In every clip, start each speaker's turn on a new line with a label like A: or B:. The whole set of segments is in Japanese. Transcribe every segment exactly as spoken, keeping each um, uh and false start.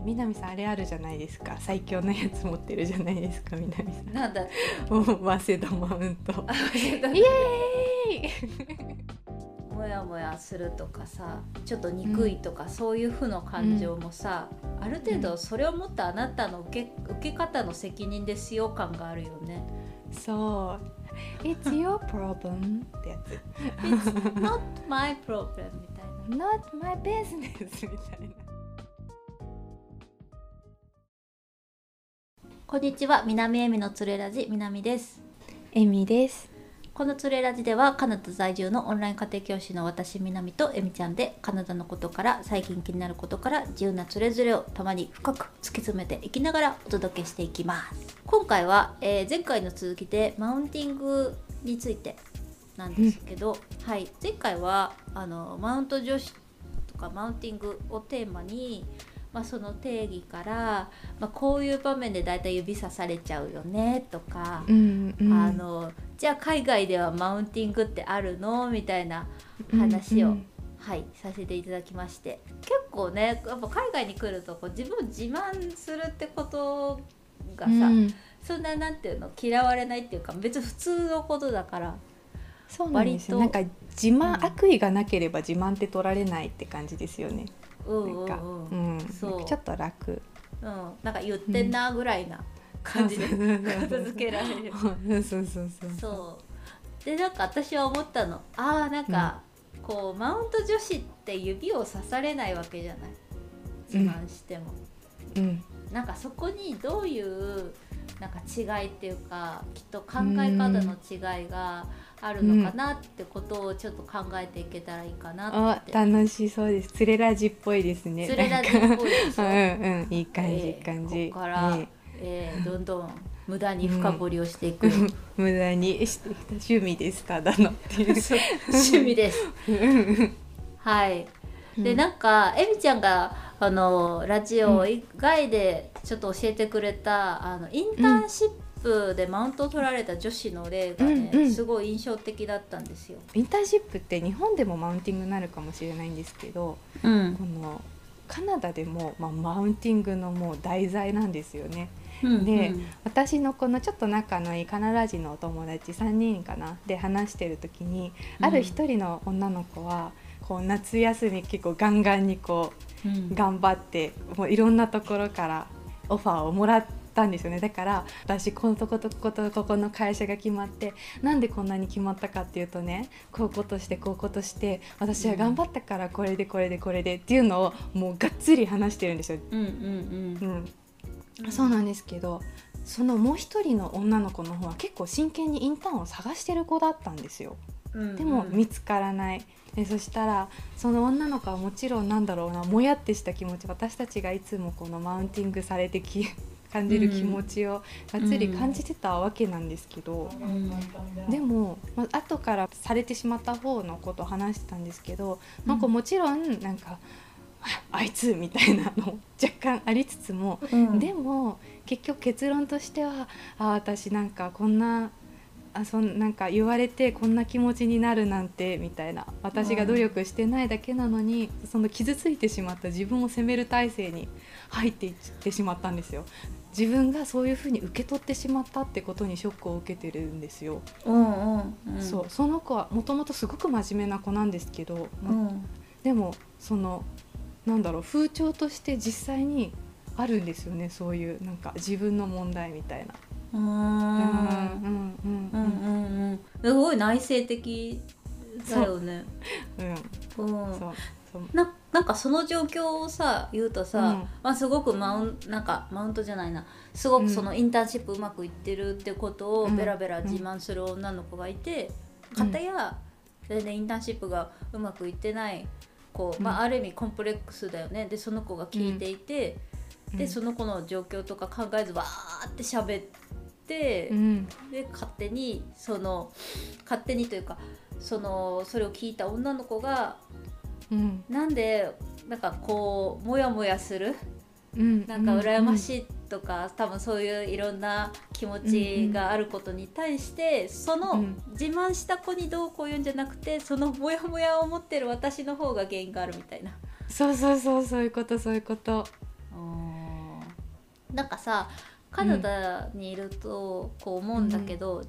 A: 南さんあれあるじゃないですか、最強のやつ持ってるじゃないですか南さん。
B: なんだ
A: もう早稲田マウントイエーイ
B: もやもやするとかさ、ちょっと憎いとか、うん、そういう負の感情もさ、うん、ある程度それを持ったあなたの受け、受け方の責任ですよ感があるよね。
A: そう It's your problem ってやつ
B: It's not my problem みたいな
A: Not my business みたいな。
B: こんにちは、南恵美のつれラジ、南です。
A: 恵美です。
B: このつれラジではカナダ在住のオンライン家庭教師の私南と恵美ちゃんで、カナダのことから最近気になることから自由なつれづれをたまに深く突き詰めていきながらお届けしていきます。今回は、えー、前回の続きでマウンティングについてなんですけど、うん、はい、前回はあのマウント女子とかマウンティングをテーマに、まあ、その定義から、まあ、こういう場面でだいたい指さされちゃうよねとか、うんうん、あのじゃあ海外ではマウンティングってあるのみたいな話を、うんうん、はい、させていただきまして、結構ねやっぱ海外に来るとこう自分を自慢するってことがさ、うん、そんななんていうの嫌われないっていうか別に普通のことだから。
A: そうなんですよ。なんか自慢、うん、悪意がなければ自慢って取られないって感じですよね。なんか、うん、そうちょっと楽、
B: うん、なんか言ってんなぐらいな感じで片付けられる。
A: そうそうそう
B: そうで、なんか私は思ったの、あーなんか、うん、こうマウント女子って指を刺されないわけじゃない、自慢しても、うん、なんかそこにどういうなんか違いっていうか、きっと考え方の違いがあるのかなってことをちょっと考えていけたらいいかなって、
A: うん、楽しそうです。つれラジっぽいですね。
B: つれラジっぽいでしょうん、
A: うん、いい感じ、いい感じ。
B: ここから、ねえー、どんどん無駄に深掘りをしていく、うん、
A: 無駄にしてきた趣味ですただのっていう
B: 趣味ですはい。で、なんかえみちゃんがあのラジオ以外でちょっと教えてくれた、あのインターンシップでマウントを取られた女子の例がね、うんうん、すごい印象的だったんですよ。
A: インターンシップって日本でもマウンティングになるかもしれないんですけど、うん、このカナダでも、まあ、マウンティングのもう題材なんですよね。うんうん、で私のこのちょっと仲のいいカナダ人のお友達さんにんかなで話してる時に、うん、ある一人の女の子はこう夏休み結構ガンガンにこう、うん、頑張ってもういろんなところからオファーをもらったんですよね。だから私このとことこことここの会社が決まって、なんでこんなに決まったかっていうとね、こういうことしてこういうことして私は頑張ったからこれでこれでこれでっていうのをもうがっつり話してるんですよ。うんうんうんうんそうなんですけど、そのもう一人の女の子の方は結構真剣にインターンを探してる子だったんですよ、うんうん、でも見つからない。でそしたらその女の子はもちろんなんだろうな、もやってした気持ち、私たちがいつもこのマウンティングされてき感じる気持ちをがっつり感じてたわけなんですけど、うん、でも、まあ、後からされてしまった方のことを話してたんですけど、なんかもちろんなんかあいつみたいなの若干ありつつも、うん、でも結局結論としては、あ私なんかこんなあそんなんか言われてこんな気持ちになるなんてみたいな、私が努力してないだけなのに、うん、その傷ついてしまった自分を責める体制に入っていってしまったんですよ。自分がそういう風に受け取ってしまったってことにショックを受けてるんですよ、うんうんうん、そうその子はもともとすごく真面目な子なんですけど、うん、でもそのなんだろう風潮として実際にあるんですよね、そういうなんか自分の問題みたいな。うーんうんうん
B: うんうん、すごい内省的だよね。うん、うん、そうそうな、なんかその状況をさ言うとさ、うんまあ、すごくマウンなんかマウントじゃないな、すごくそのインターンシップうまくいってるってことをベラベラ自慢する女の子がいて、かたや全然インターンシップがうまくいってないこう、まあ、ある意味コンプレックスだよね。でその子が聞いていて、うん、でその子の状況とか考えずわーって喋って、うん、で勝手にその勝手にというかそのそれを聞いた女の子が、うん、なんでなんかこうモヤモヤする、うん、なんか羨ましいとか、うん、多分そういういろんな気持ちがあることに対して、うん、その自慢した子にどうこう言うんじゃなくて、そのモヤモヤを持ってる私の方が原因があるみたいな。
A: そうそうそうそういうことそういうこと。
B: なんかさカナダにいるとこう思うんだけど、うん、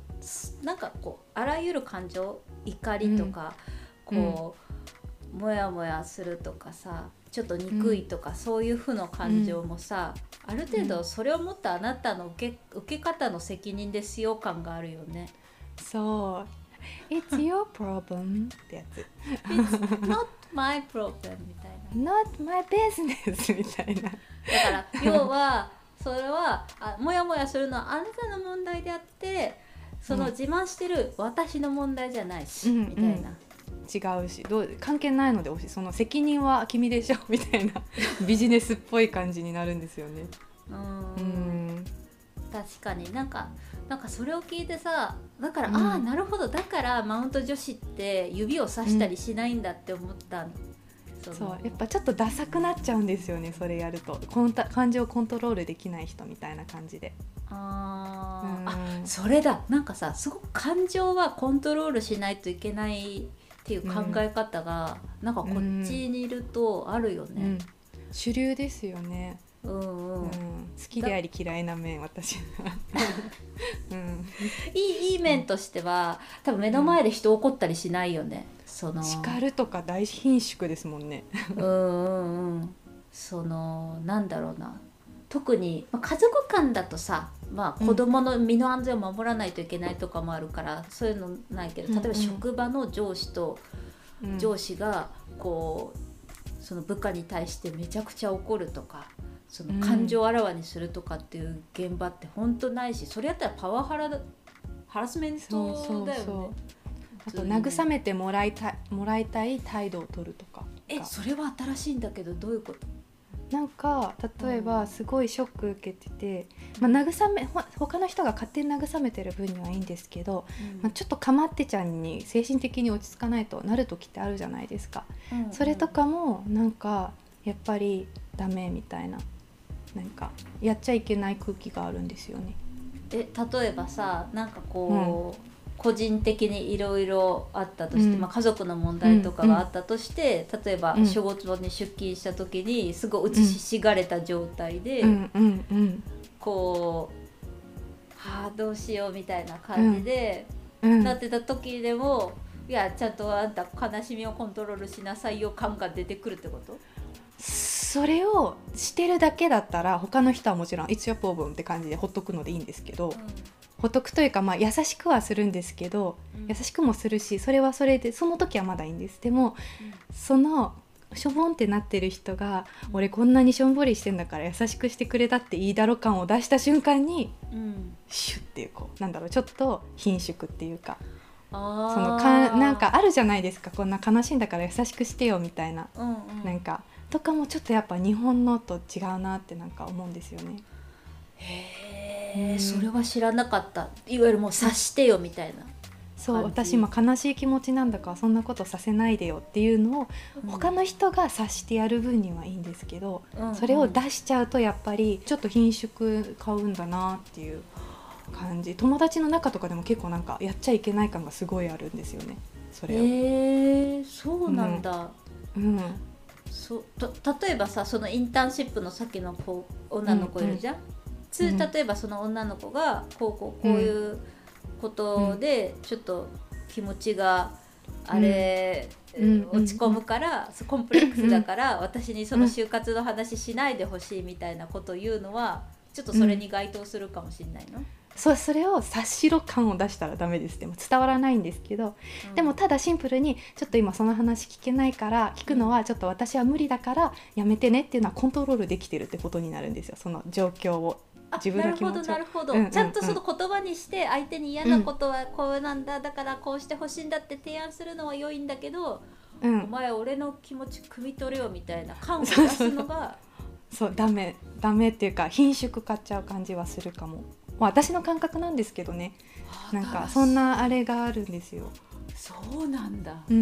B: なんかこうあらゆる感情怒りとか、うん、こう、うん、モヤモヤするとかさちょっと憎いとか、うん、そういう負の感情もさ、うん、ある程度それをもってあなたの受け、受け方の責任ですよ感があるよね。
A: そう It's your problem ってやつ
B: It's not my problem みたい
A: な Not my business みたいな。だ
B: から要はそれはあモヤモヤするのはあなたの問題であってその自慢してる私の問題じゃないし、うん、みたいな、
A: 違うしどう関係ないのでその責任は君でしょみたいなビジネスっぽい感じになるんですよね。
B: うーんうん確かになんかなんかそれを聞いてさだから、うん、ああなるほどだからマウント女子って指をさしたりしないんだって思ったの、
A: うん、そうやっぱちょっとダサくなっちゃうんですよねそれやるとコンタ感情をコントロールできない人みたいな感じで。
B: あ、うん、あそれだなんかさすごく感情はコントロールしないといけないっていう考え方が、うん、なんかこっちにいるとあるよね、うん、
A: 主流ですよね。
B: うんうんうん、好
A: きであり嫌いな面私は、
B: うん、いい、いい面としては多分目の前で人怒ったりしないよね、うん、その
A: 叱るとか大貧縮ですもんね
B: うんうんうんそのなんだろうな特に、まあ、家族間だとさ、まあ、子供の身の安全を守らないといけないとかもあるから、うん、そういうのないけど例えば職場の上司と上司がこうその部下に対してめちゃくちゃ怒るとかその感情をあらわにするとかっていう現場って本当ないし、うん、それやったらパワハラだハラスメントだよね。そうそうそう
A: あと慰めてもらいたい、もらいたい態度を取るとか。
B: えそれは新しいんだけどどういうこと？
A: なんか例えばすごいショック受けてて、うんまあ、慰め他の人が勝手に慰めてる分にはいいんですけど、うんまあ、ちょっとかまってちゃんに精神的に落ち着かないとなる時ってあるじゃないですか、うんうん、それとかもなんかやっぱりダメみたいななんかやっちゃいけない空気があるんですよね。
B: え例えばさなんかこう、うん個人的にいろいろあったとして、うんまあ、家族の問題とかがあったとして、うん、例えば仕事に出勤した時にすごい写ししがれた状態で、うんうんうん、こうはあどうしようみたいな感じで、うん、なってた時でもいやちゃんとあんた悲しみをコントロールしなさいよ感が出てくるってこと？
A: それをしてるだけだったら他の人はもちろん It's your problem って感じでほっとくのでいいんですけど、うんほっとくというか、まあ、優しくはするんですけど、うん、優しくもするしそれはそれでその時はまだいいんです。でも、うん、そのしょぼんってなってる人が、うん、俺こんなにしょんぼりしてんだから優しくしてくれたっていいだろ感を出した瞬間に、うん、シュッっていうこうなんだろうちょっと貧縮っていうかあそのかなんかあるじゃないですかこんな悲しいんだから優しくしてよみたいな、うんうん、なんかとかもちょっとやっぱ日本のと違うなってなんか思うんですよね。
B: へえ、それは知らなかった。いわゆるもう察してよみたいな。
A: そう私今悲しい気持ちなんだからそんなことさせないでよっていうのを、うん、他の人が察してやる分にはいいんですけど、うんうん、それを出しちゃうとやっぱりちょっと貧縮買うんだなっていう感じ。友達の中とかでも結構なんかやっちゃいけない感がすごいあるんですよねそれを。
B: へえそうなんだ、
A: うん、うん
B: そと例えばさそのインターンシップの先の子女の子いるじゃん、うんうん、例えばその女の子がこうこうこういうことでちょっと気持ちがあれ、うん、落ち込むから、うん、コンプレックスだから私にその就活の話しないでほしいみたいなことを言うのはちょっとそれに該当するかもしれないの、うん
A: そうそれを察しろ感を出したらダメです。でも伝わらないんですけど、うん、でもただシンプルにちょっと今その話聞けないから聞くのはちょっと私は無理だからやめてねっていうのはコントロールできてるってことになるんですよその状況を自分の気持ちを。
B: なるほどなるほど、うんうんうん、ちゃんとその言葉にして相手に嫌なことはこうなんだ、うん、だからこうしてほしいんだって提案するのは良いんだけど、うん、お前俺の気持ち汲み取れよみたいな感を出すのが
A: そうダメダメっていうか貧縮買っちゃう感じはするかも。私の感覚なんですけどねなんかそんなあれがあるんですよ。
B: そうなんだ、
A: うん、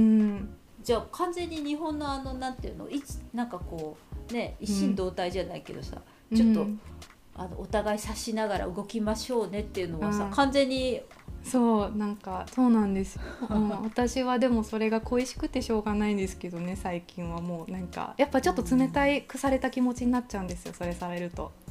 B: じゃあ完全に日本のあのなんていうのいつなんかこうね一心同体じゃないけどさ、うん、ちょっと、うん、あのお互い察しながら動きましょうねっていうのはさ、うん、完全に
A: そうなんかそうなんですよ、うん、私はでもそれが恋しくてしょうがないんですけどね最近はもうなんかやっぱちょっと冷たいくされた気持ちになっちゃうんですよそれされると。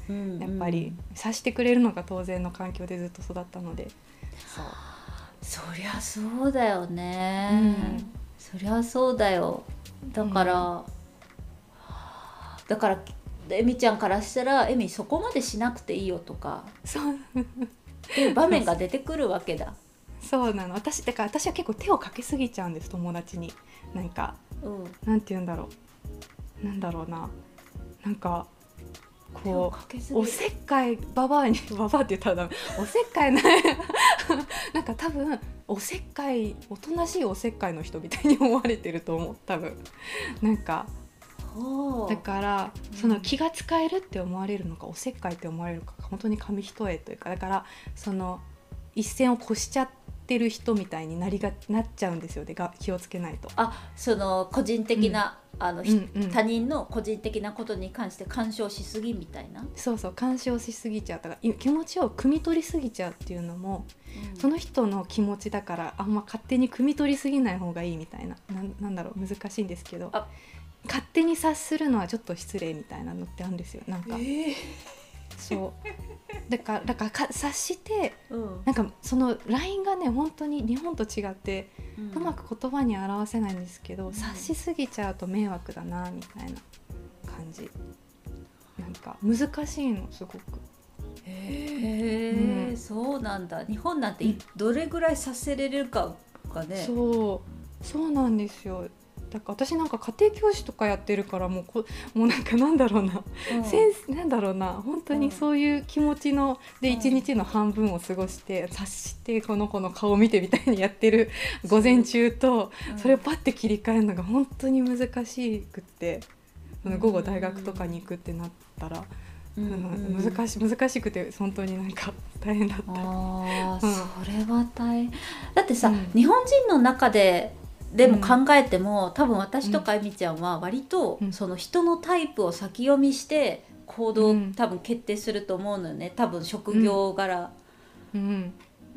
A: うん、やっぱり察してくれるのが当然の環境でずっと育ったので。
B: そうそりゃそうだよね、うん、そりゃそうだよ。だから、うん、だからエミちゃんからしたらエミそこまでしなくていいよとか
A: そう
B: っていう場面が出てくるわけだ。
A: そうなの。私だから私は結構手をかけすぎちゃうんです、友達に。なんか、うん、なんて言うんだろうなんだろうななんかこうおせっかいババアにババアって言ったらダメおせっかいななんか多分おせっかいおとなしいおせっかいの人みたいに思われてると思う多分。なんかだからその気が使えるって思われるのかおせっかいって思われるのか本当に紙一重というか、だからその一線を越しちゃってる人みたいになりがなっちゃうんですよね。が気をつけないと。
B: あ、その個人的な、うん、あの、うんうん、他人の個人的なことに関して干渉しすぎみたいな。
A: そうそう干渉しすぎちゃうだから気持ちを汲み取りすぎちゃうっていうのも、うん、その人の気持ちだからあんま勝手に汲み取りすぎない方がいいみたいな な, なんだろう難しいんですけど、勝手に察するのはちょっと失礼みたいなのってあるんですよ。なんか、えー、そうだからだからか察して、うん、なんかそのラインがね本当に日本と違って、うん、うまく言葉に表せないんですけど、うん、察しすぎちゃうと迷惑だなみたいな感じ。なんか難しいのすごく。
B: へえ、うん、そうなんだ。日本なんてどれぐらい察せれるかがね。
A: そうそうなんですよ。だから私なんか家庭教師とかやってるからもうこもうなんかなんだろうな、うん、センスなんだろうな本当にそういう気持ちので一日の半分を過ごして察してこの子の顔を見てみたいにやってる午前中とそれをパッて切り替えるのが本当に難しくって、うん、午後大学とかに行くってなったら、うんうん、難し難しくて本当になんか大変だった。
B: あ、うん、それは大変だってさ、うん、日本人の中ででも考えても、うん、多分私とかえみちゃんは割とその人のタイプを先読みして行動を多分決定すると思うのよね、多分職業柄、うんうん、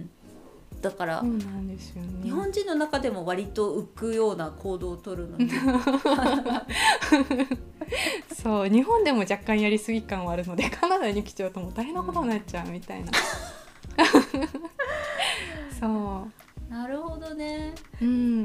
B: だからそうなんですよね、日本人の中でも割と浮くような行動を取るのに
A: そう日本でも若干やりすぎ感はあるのでカナダに来ちゃうともう大変なことになっちゃうみたいな、うん、そう
B: なるほどね、
A: うん、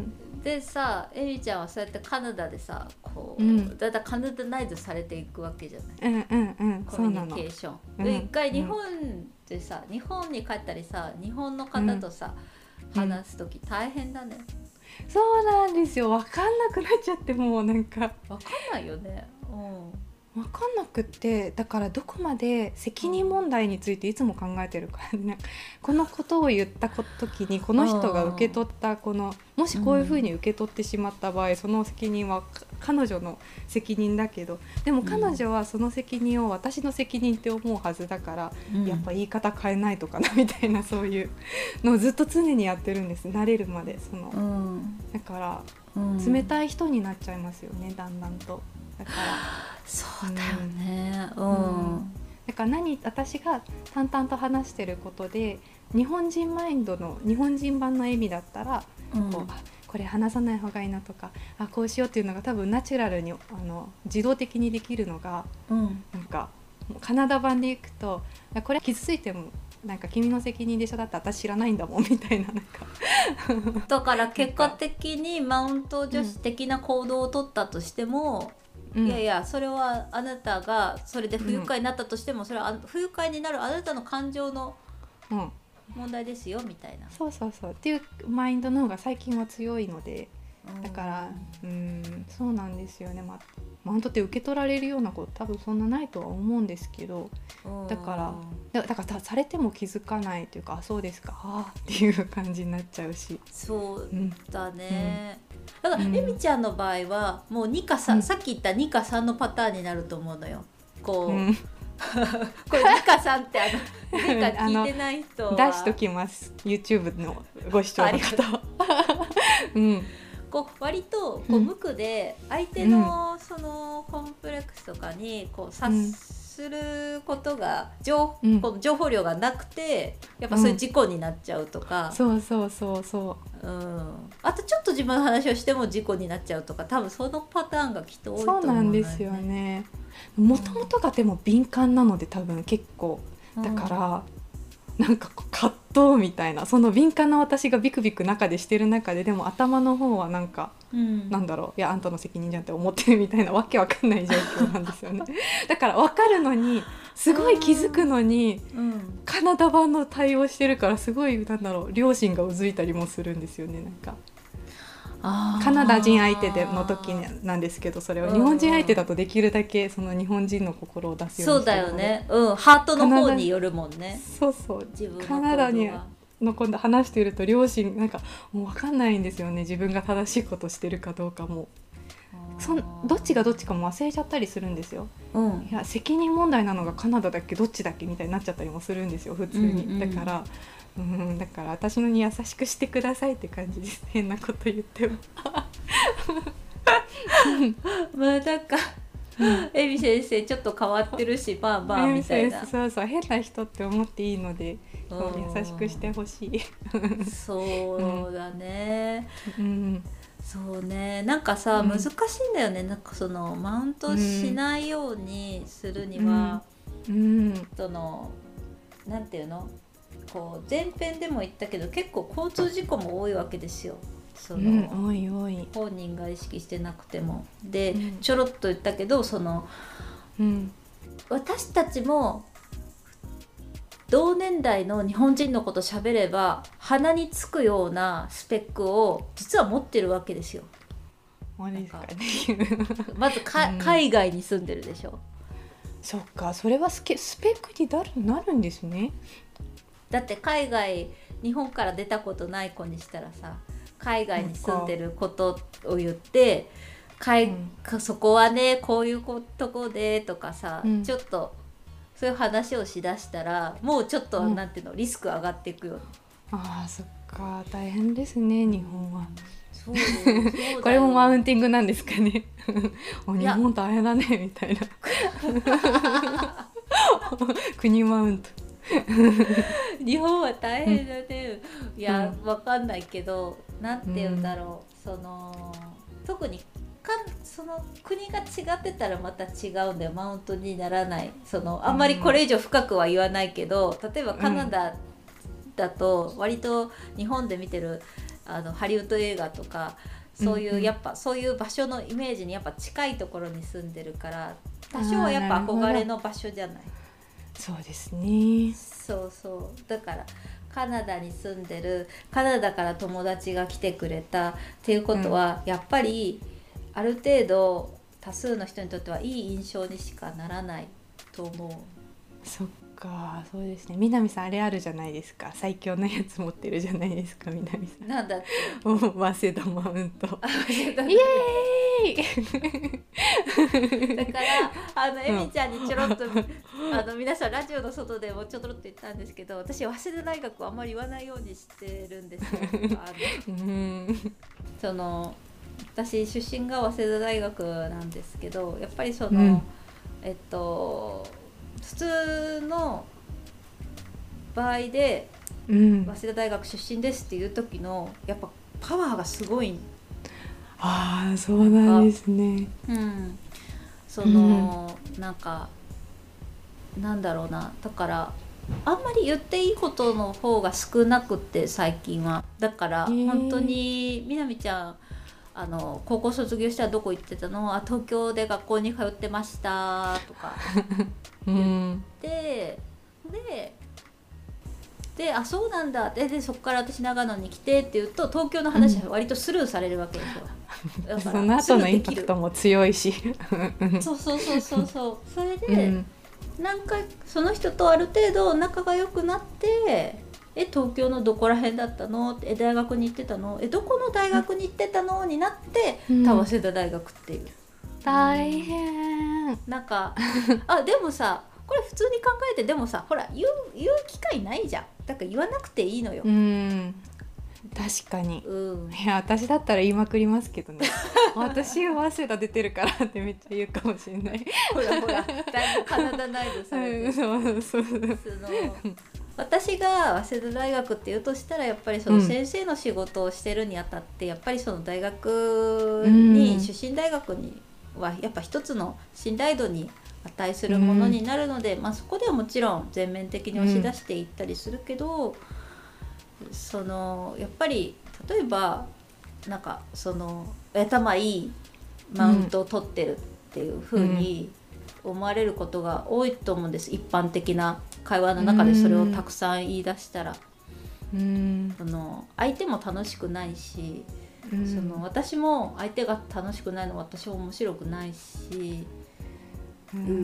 B: でさエリちゃんはそうやってカナダでさこう、うん、だいたいカナダナイズされていくわけじゃない、
A: うんうんうん、
B: コミュニケーションで、うん、一回日本でさ、うん、日本に帰ったりさ日本の方とさ、うん、話す時大変だね、
A: うん、そうなんですよ。分かんなくなっちゃってもうなんか
B: 分かんないよね、うん
A: 分かんなくって、だからどこまで責任問題についていつも考えてるからね、このことを言った時にこの人が受け取ったこのもしこういうふうに受け取ってしまった場合、うん、その責任は彼女の責任だけどでも彼女はその責任を私の責任って思うはずだから、うん、やっぱ言い方変えないとかなみたいなそういうのをずっと常にやってるんです。慣れるまでその、うん、だから、うん、冷たい人になっちゃいますよねだんだんと。だから
B: そうだよね、うん
A: うん、だから何私が淡々と話してることで日本人マインドの日本人版のエミだったら、うん、こうあこれ話さない方がいいなとかあこうしようっていうのが多分ナチュラルにあの自動的にできるのが、うん、なんかカナダ版でいくとこれ傷ついてもなんか君の責任でしょだって私知らないんだもんみたいな、なんか
B: だから結果的にマウント女子的な行動を取ったとしても、うん、いやいやそれはあなたがそれで不愉快になったとしても、うん、それは不愉快になるあなたの感情の問題ですよみたいな、
A: そうそうそうっていうマインドの方が最近は強いので、だからうん、そうなんですよね、まあ、マウントって受け取られるようなこと多分そんなないとは思うんですけど、だからだからされても気づかないというかあそうですかあっていう感じになっちゃうし、
B: そうだね、うん、だから、うん、エミちゃんの場合はもうにかさん、うん、さっき言ったにかさんのパターンになると思うのよこう、うん、これにかさんってあのにか聞いてない人は
A: 出しときます YouTube のご視聴の方うん
B: こう割とこう無垢で相手のそのコンプレックスとかにこう察することが 情,、うん、この情報量がなくてやっぱそういう事故になっちゃうとか、
A: うん、そうそうそうそう、
B: うん、あとちょっと自分の話をしても事故になっちゃうとか多分そのパターンがきっと多いと思うの
A: よね。そうなんですよね。 もともとがでも敏感なので多分結構だから、うん、なんか葛藤みたいな、その敏感な私がビクビク中でしてる中ででも頭の方はなんか、うん、なんだろう、いやあんたの責任じゃんって思ってるみたいなわけわかんない状況なんですよねだから分かるのにすごい気づくのに、うん、カナダ版の対応してるからすごいなんだろう、両親がうずいたりもするんですよね。なんかカナダ人相手での時なんですけど、それは日本人相手だとできるだけその日本人の心を出すようにしてるので。
B: そうだよね、うん、ハートの方によるもんね。
A: そうそう、自分のカナダにの今度話していると両親なんかもう分かんないんですよね、自分が正しいことしてるかどうかも。そんどっちがどっちかも忘れちゃったりするんですよ、うん、いや責任問題なのがカナダだっけどっちだっけみたいになっちゃったりもするんですよ普通に、うんうん、だからうん、だから私のに優しくしてくださいって感じです。変なこと言っても
B: まあなんかエミ先生ちょっだわってるしバーバーみたいな、
A: そうそう、変な人って思っていいので優しくしてほしい
B: そうだね、うん、そうね、なんかさ、うん、難しいんだよね。なんかそのマウントしないようにするには、うんうん、そのなんていうの、こう前編でも言ったけど結構交通事故も多いわけですよ。その、うん、多い多い、本人が意識してなくてもで、うん、ちょろっと言ったけどその、うん、私たちも同年代の日本人のこと喋れば鼻につくようなスペックを実は持ってるわけですよ。
A: ですかね
B: まずか、うん、海外に住んでるでしょ。
A: そっか、それはスペックになる、なるんですね。
B: だって海外、日本から出たことない子にしたらさ、海外に住んでることを言って、海うん、そこはねこういうとこでとかさ、うん、ちょっとそういう話をしだしたらもうちょっと、うん、なんていうの、リスク上がっていくよ。
A: ああ、そっか、大変ですね日本は。そうそうこれもマウンティングなんですかね日本大変だねみたいな国マウント
B: 日本は大変だね、うん、いや、うん、わかんないけどなんて言うんだろう、うん、その特にかその国が違ってたらまた違うんだよ、マウントにならない。そのあんまりこれ以上深くは言わないけど、例えばカナダだと割と日本で見てるあのハリウッド映画とかそういう、うんうん、やっぱそういう場所のイメージにやっぱ近いところに住んでるから多少はやっぱ憧れの場所じゃない。
A: そうですね。
B: そうそう、だからカナダに住んでる、カナダから友達が来てくれたっていうことは、うん、やっぱりある程度多数の人にとってはいい印象にしかならないと思う。
A: そっか、そうですね。南さんあれあるじゃないですか、最強のやつ持ってるじゃないですか南さん。
B: なんだって
A: 早稲田マウントイエ
B: ーイだからあのエミちゃんにちょろっと、うん、あの皆さんラジオの外でもちょろっと言ったんですけど、私早稲田大学はあんまり言わないようにしてるんですよあの、うん、その私出身が早稲田大学なんですけど、やっぱりその、うん、えっと普通の場合で、うん、早稲田大学出身ですっていう時のやっぱパワーがすごい。
A: ああ、そうなんですね。
B: うん、その、うん、なんかなんだろうな、だからあんまり言っていいことの方が少なくって最近は。だから本当にみなみちゃんあの高校卒業したらどこ行ってたの？あ、東京で学校に通ってましたとか言って、うん、でであそうなんだででそこから私長野に来てって言うと東京の話は割とスルーされるわけですよ、
A: うん、だからその後のインパクトも強いし
B: そうそうそうそうそうそれで、うん、なんかその人とある程度仲が良くなって、え東京のどこら辺だったの？え大学に行ってたの？えどこの大学に行ってたの？になって、うん、早稲田大学っていう。
A: 大変、
B: うん、なんかあでもさこれ普通に考えてでもさほら言う、言う機会ないじゃん。だから言わなくていいのよ。
A: うん確かに、うん、いや私だったら言いまくりますけどね私は早稲田出てるからってめっちゃ言うかもしれない
B: ほらほらだいぶカナダナイズされてる、うん、そうそうそうその私が早稲田大学っていうとしたらやっぱりその先生の仕事をしてるにあたって、うん、やっぱりその大学に、うん、出身大学にはやっぱ一つの信頼度に値するものになるので、うん、まあ、そこではもちろん全面的に押し出していったりするけど、うん、そのやっぱり例えばなんかその頭いいマウントを取ってるっていう風に思われることが多いと思うんです、一般的な会話の中でそれをたくさん言い出したら、うん、その相手も楽しくないし、うん、その私も相手が楽しくないのは私も面白くないし、うんうん、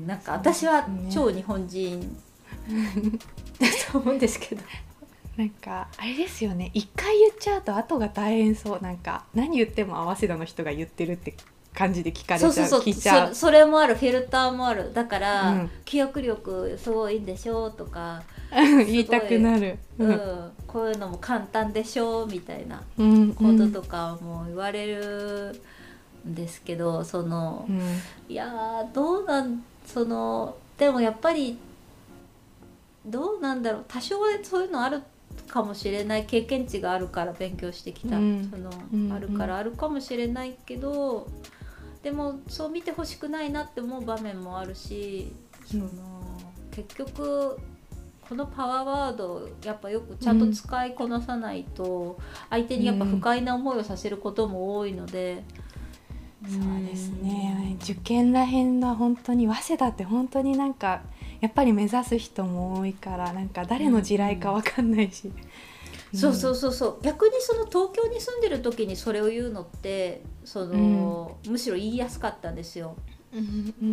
B: なんか私は超日本人だと思うんですけど
A: なんかあれですよね、一回言っちゃうと後が大変そう、なんか何言っても合わせだの人が言ってるって感じで聞かれちゃう、
B: そうそうそう、
A: 聞いちゃう
B: そ, それもある、フィルターもある、だから、うん、記憶力すごいんでしょとか
A: 言いたくなる、
B: うんうん、こういうのも簡単でしょみたいなこととかも言われるんですけど、その、うん、いやどうなんそのでもやっぱりどうなんだろう、多少はそういうのあるかもしれない、経験値があるから勉強してきた、うん、その、うん、あるからあるかもしれないけど、でもそう見てほしくないなって思う場面もあるし、その結局このパワーワードをやっぱよくちゃんと使いこなさないと相手にやっぱ不快な思いをさせることも多いので、
A: うん、そうですね、受験らへんは本当に早稲田って本当になんかやっぱり目指す人も多いから、なんか誰の地雷か分かんないし、
B: うん、そうそうそうそう、逆にその東京に住んでる時にそれを言うのってその、うん、むしろ言いやすかったんですよ、うんうん、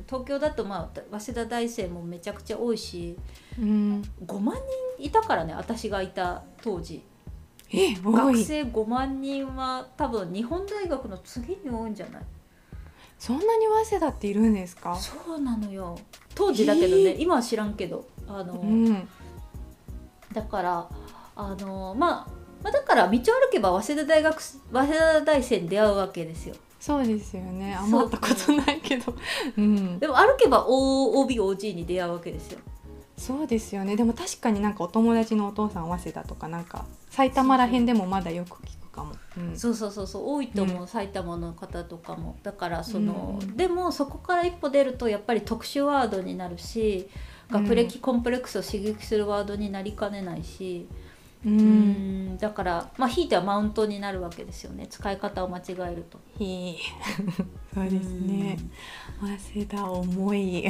B: 東京だと、まあ、早稲田大生もめちゃくちゃ多いし、うん、ごまんにんいたからね、私がいた当時。
A: え
B: 学生ごまんにんは多分日本大学の次に多いんじゃない？
A: そんなに早稲田っているんですか？
B: そうなのよ、当時だけどね、今は知らんけど、あの、うん、だからあの、まあ、まあだから道を歩けば早稲田大学早稲田大生に出会うわけですよ。
A: そうですよね、あんま会ったことないけど、うん、
B: でも歩けば オービーオージー に出会うわけですよ。
A: そうですよね、でも確かになんかお友達のお父さん早稲田とかなんか埼玉らへんでもまだよく聞くかも、
B: うん、そうそうそうそう、多いと思う、うん、埼玉の方とかも。だからその、うん、でもそこから一歩出るとやっぱり特殊ワードになるし、学歴コンプレックスを刺激するワードになりかねないし、うん、うんだからまあひいてはマウントになるわけですよね、使い方を間違えると。
A: ひそうですね、早稲田重い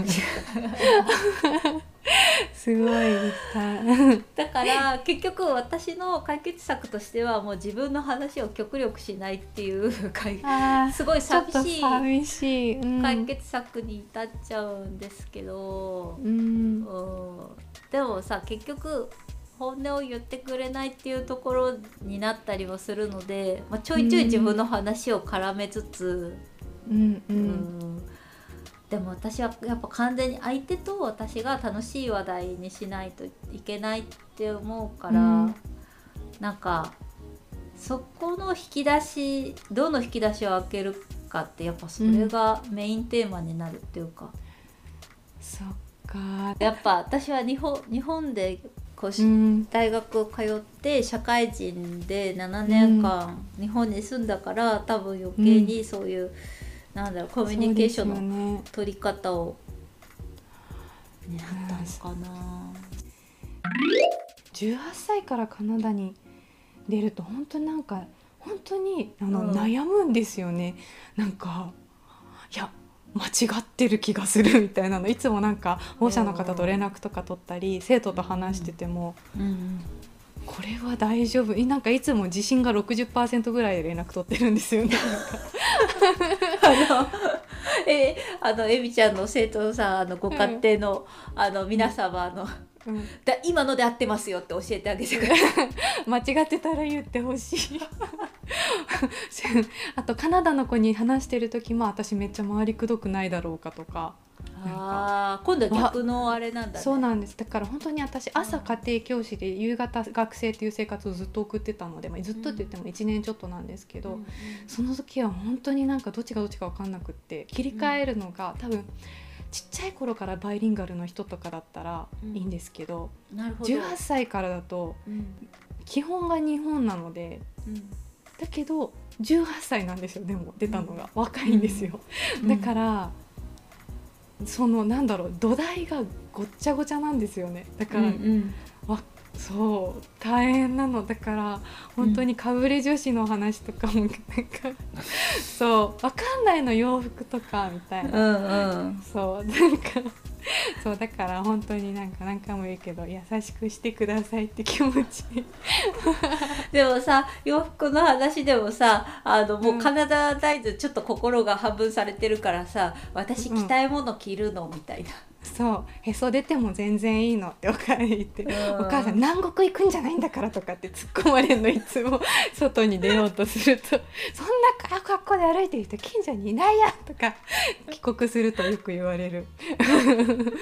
A: すごい
B: だから結局私の解決策としてはもう自分の話を極力しないっていうすごい寂しい
A: 寂しい、うん、
B: 解決策に至っちゃうんですけど、うん、でもさ結局本音を言ってくれないっていうところになったりもするので、まあ、ちょいちょい自分の話を絡めつつ、うんうんうん、でも私はやっぱ完全に相手と私が楽しい話題にしないといけないって思うから、うん、なんかそこの引き出し、どの引き出しを開けるかってやっぱそれがメインテーマになるっていうか、うん、
A: そっか、
B: やっぱ私は日本、日本でこう、うん、大学を通って社会人でななねんかん日本に住んだから、うん、多分余計にそういう、うん、なんだろう、コミュニケーションの取り方を狙ったのかな、うん、
A: じゅうはっさいからカナダに出ると本当になんか本当にあの、うん、悩むんですよね。なんかいや間違ってる気がするみたいなの、いつもなんか保護者の方と連絡とか取ったり生徒と話してても、うんうん、これは大丈夫、なんかいつも自信が ろくじゅっパーセント ぐらいで連絡取ってるんですよね
B: あのえあのエミちゃんの生徒さん、あのご家庭の、うん、あの皆様の、うん、だ今ので合ってますよって教えてあげてください
A: 間違ってたら言ってほしいあとカナダの子に話してる時も私めっちゃ周りくどくないだろうかとか、
B: あ今度は逆のあれなんだね。
A: そうなんです。だから本当に私朝家庭教師で夕方学生っていう生活をずっと送ってたので、まあ、ずっとって言ってもいちねんちょっとなんですけど、うん、その時は本当になんかどっちがどっちか分かんなくって切り替えるのが、うん、多分ちっちゃい頃からバイリンガルの人とかだったらいいんですけど、うん、なるほどじゅうはっさいからだと、うん、基本が日本なので、うん、だけどじゅうはっさいなんですよ。でも出たのが、うん、若いんですよ、うん、だからそのなんだろう土台がごっちゃごちゃなんですよね。だから、うんうん、わそう大変なのだから本当にかぶれ女子の話とかもなんかそう分かんないの洋服とかみたいな、うんうん、そうなんかそうだから本当になんか何回も言うけど優しくしてくださいって気持ち
B: でもさ洋服の話でもさあのもうカナダ大豆ちょっと心が半分されてるからさ、私着たいもの着るの、うん、みたいな。
A: そうへそ出ても全然いいのってお母さん言って、うん、お母さん南国行くんじゃないんだからとかって突っ込まれるのいつも外に出ようとするとそんな格好で歩いてる人近所にいないやとか帰国するとよく言われる
B: 確か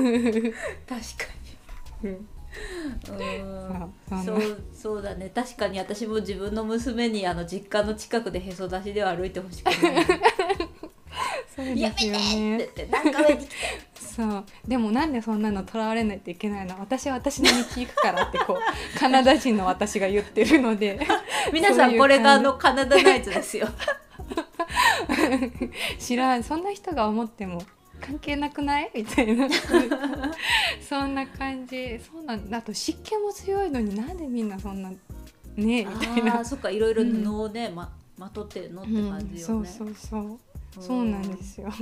B: に、うんうん、そうそうそうだね。確かに私も自分の娘にあの実家の近くでへそ出しでは歩いてほしくない
A: そうですよね。
B: ってなんか上に来て
A: そうでもなんでそんなのとらわれないといけないの、私は私の道行くからってこうカナダ人の私が言ってるので
B: 皆さんこれがあのカナダナイツですよ
A: 知らん、そんな人が思っても関係なくないみたいなそんな感じ。そうなんだ。あと湿気も強いのになんでみんなそんなねみたいな。
B: あそっかいろいろ布をね、うん、ま, まとってるのって感じよね、
A: うん、そうそうそうそうなんですよ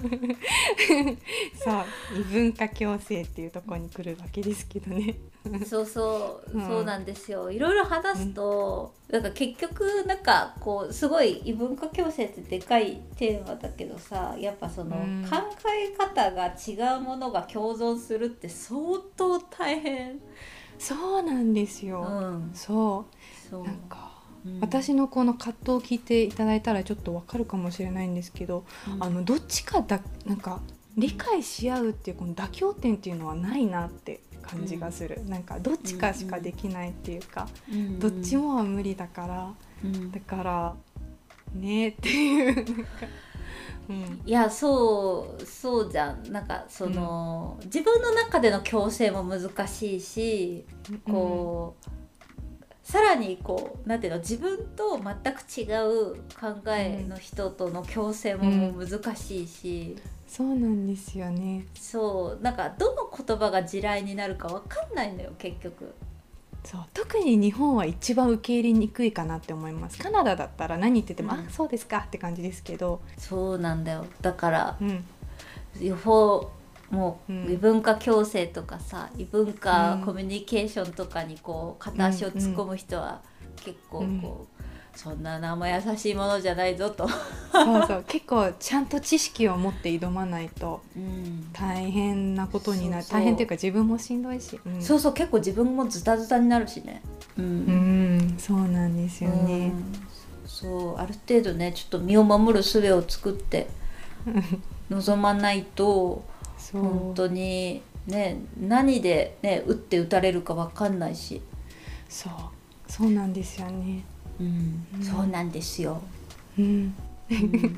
A: そう異文化共生っていうところに来るわけですけどね
B: そうそう、うん、そうなんですよ。いろいろ話すと、うん、なんか結局なんかこうすごい異文化共生ってでかいテーマだけどさ、やっぱその、うん、考え方が違うものが共存するって相当大変。
A: そうなんですよ、うん、そうそうなんかうん、私のこの葛藤を聞いていただいたらちょっとわかるかもしれないんですけど、うん、あのどっちかだなんか理解し合うっていうこの妥協点っていうのはないなって感じがする、うん、なんかどっちかしかできないっていうか、うん、どっちもは無理だから、うん、だからねっていうなんか、
B: うん、いやそうそうじゃん。なんかその、うん、自分の中での共生も難しいし、こう、うんさらにこうなんていうの自分と全く違う考えの人との共生ももう難しいし、
A: うん、そうなんですよね。
B: そうなんかどの言葉が地雷になるか分かんないのよ結局。
A: そう特に日本は一番受け入れにくいかなって思います。カナダだったら何言ってても、うん、あそうですかって感じですけど。
B: そうなんだよ。だから、うん、予報もう異文化共生とかさ、異文化コミュニケーションとかにこう片足を突っ込む人は結構こう、うん、そんな生優しいものじゃないぞと
A: そうそう結構ちゃんと知識を持って挑まないと大変なことになる、うん、大変っていうか自分もしんどいし、
B: うん、そうそう結構自分もズタズタになるしね、
A: うん、うん、そうなんですよね、うん、
B: そうある程度ねちょっと身を守る術を作って臨まないと本当にね何でね打って打たれるか分かんないし。
A: そうそうなんですよね、
B: うんうん、そうなんですよ、
A: うん
B: うん、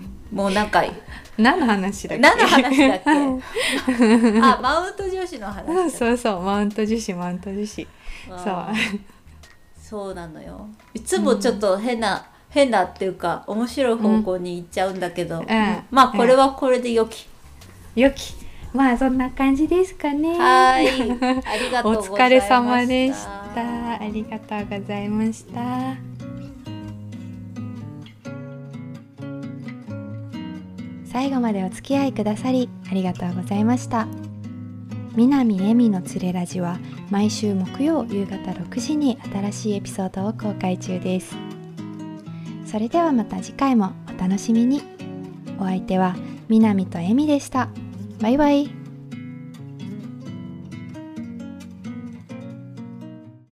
B: もうなんか
A: 何の話だっけ
B: 何の話だっけあマウント女子の話だ
A: そうそうマウント女子マウント女子そう
B: そうなのよ。いつもちょっと変な、うん、変なっていうか面白い方向に行っちゃうんだけど、うんうん、まあこれはこれで良き、
A: 良きまあそんな感じですかね。
B: はいありがとうございました。
A: お疲れ様でした。ありがとうございました。最後までお付き合いくださりありがとうございました。南恵美のつれラジは毎週木曜夕方ろくじに新しいエピソードを公開中です。それではまた次回もお楽しみに。お相手は南と恵美でした。バイバイ。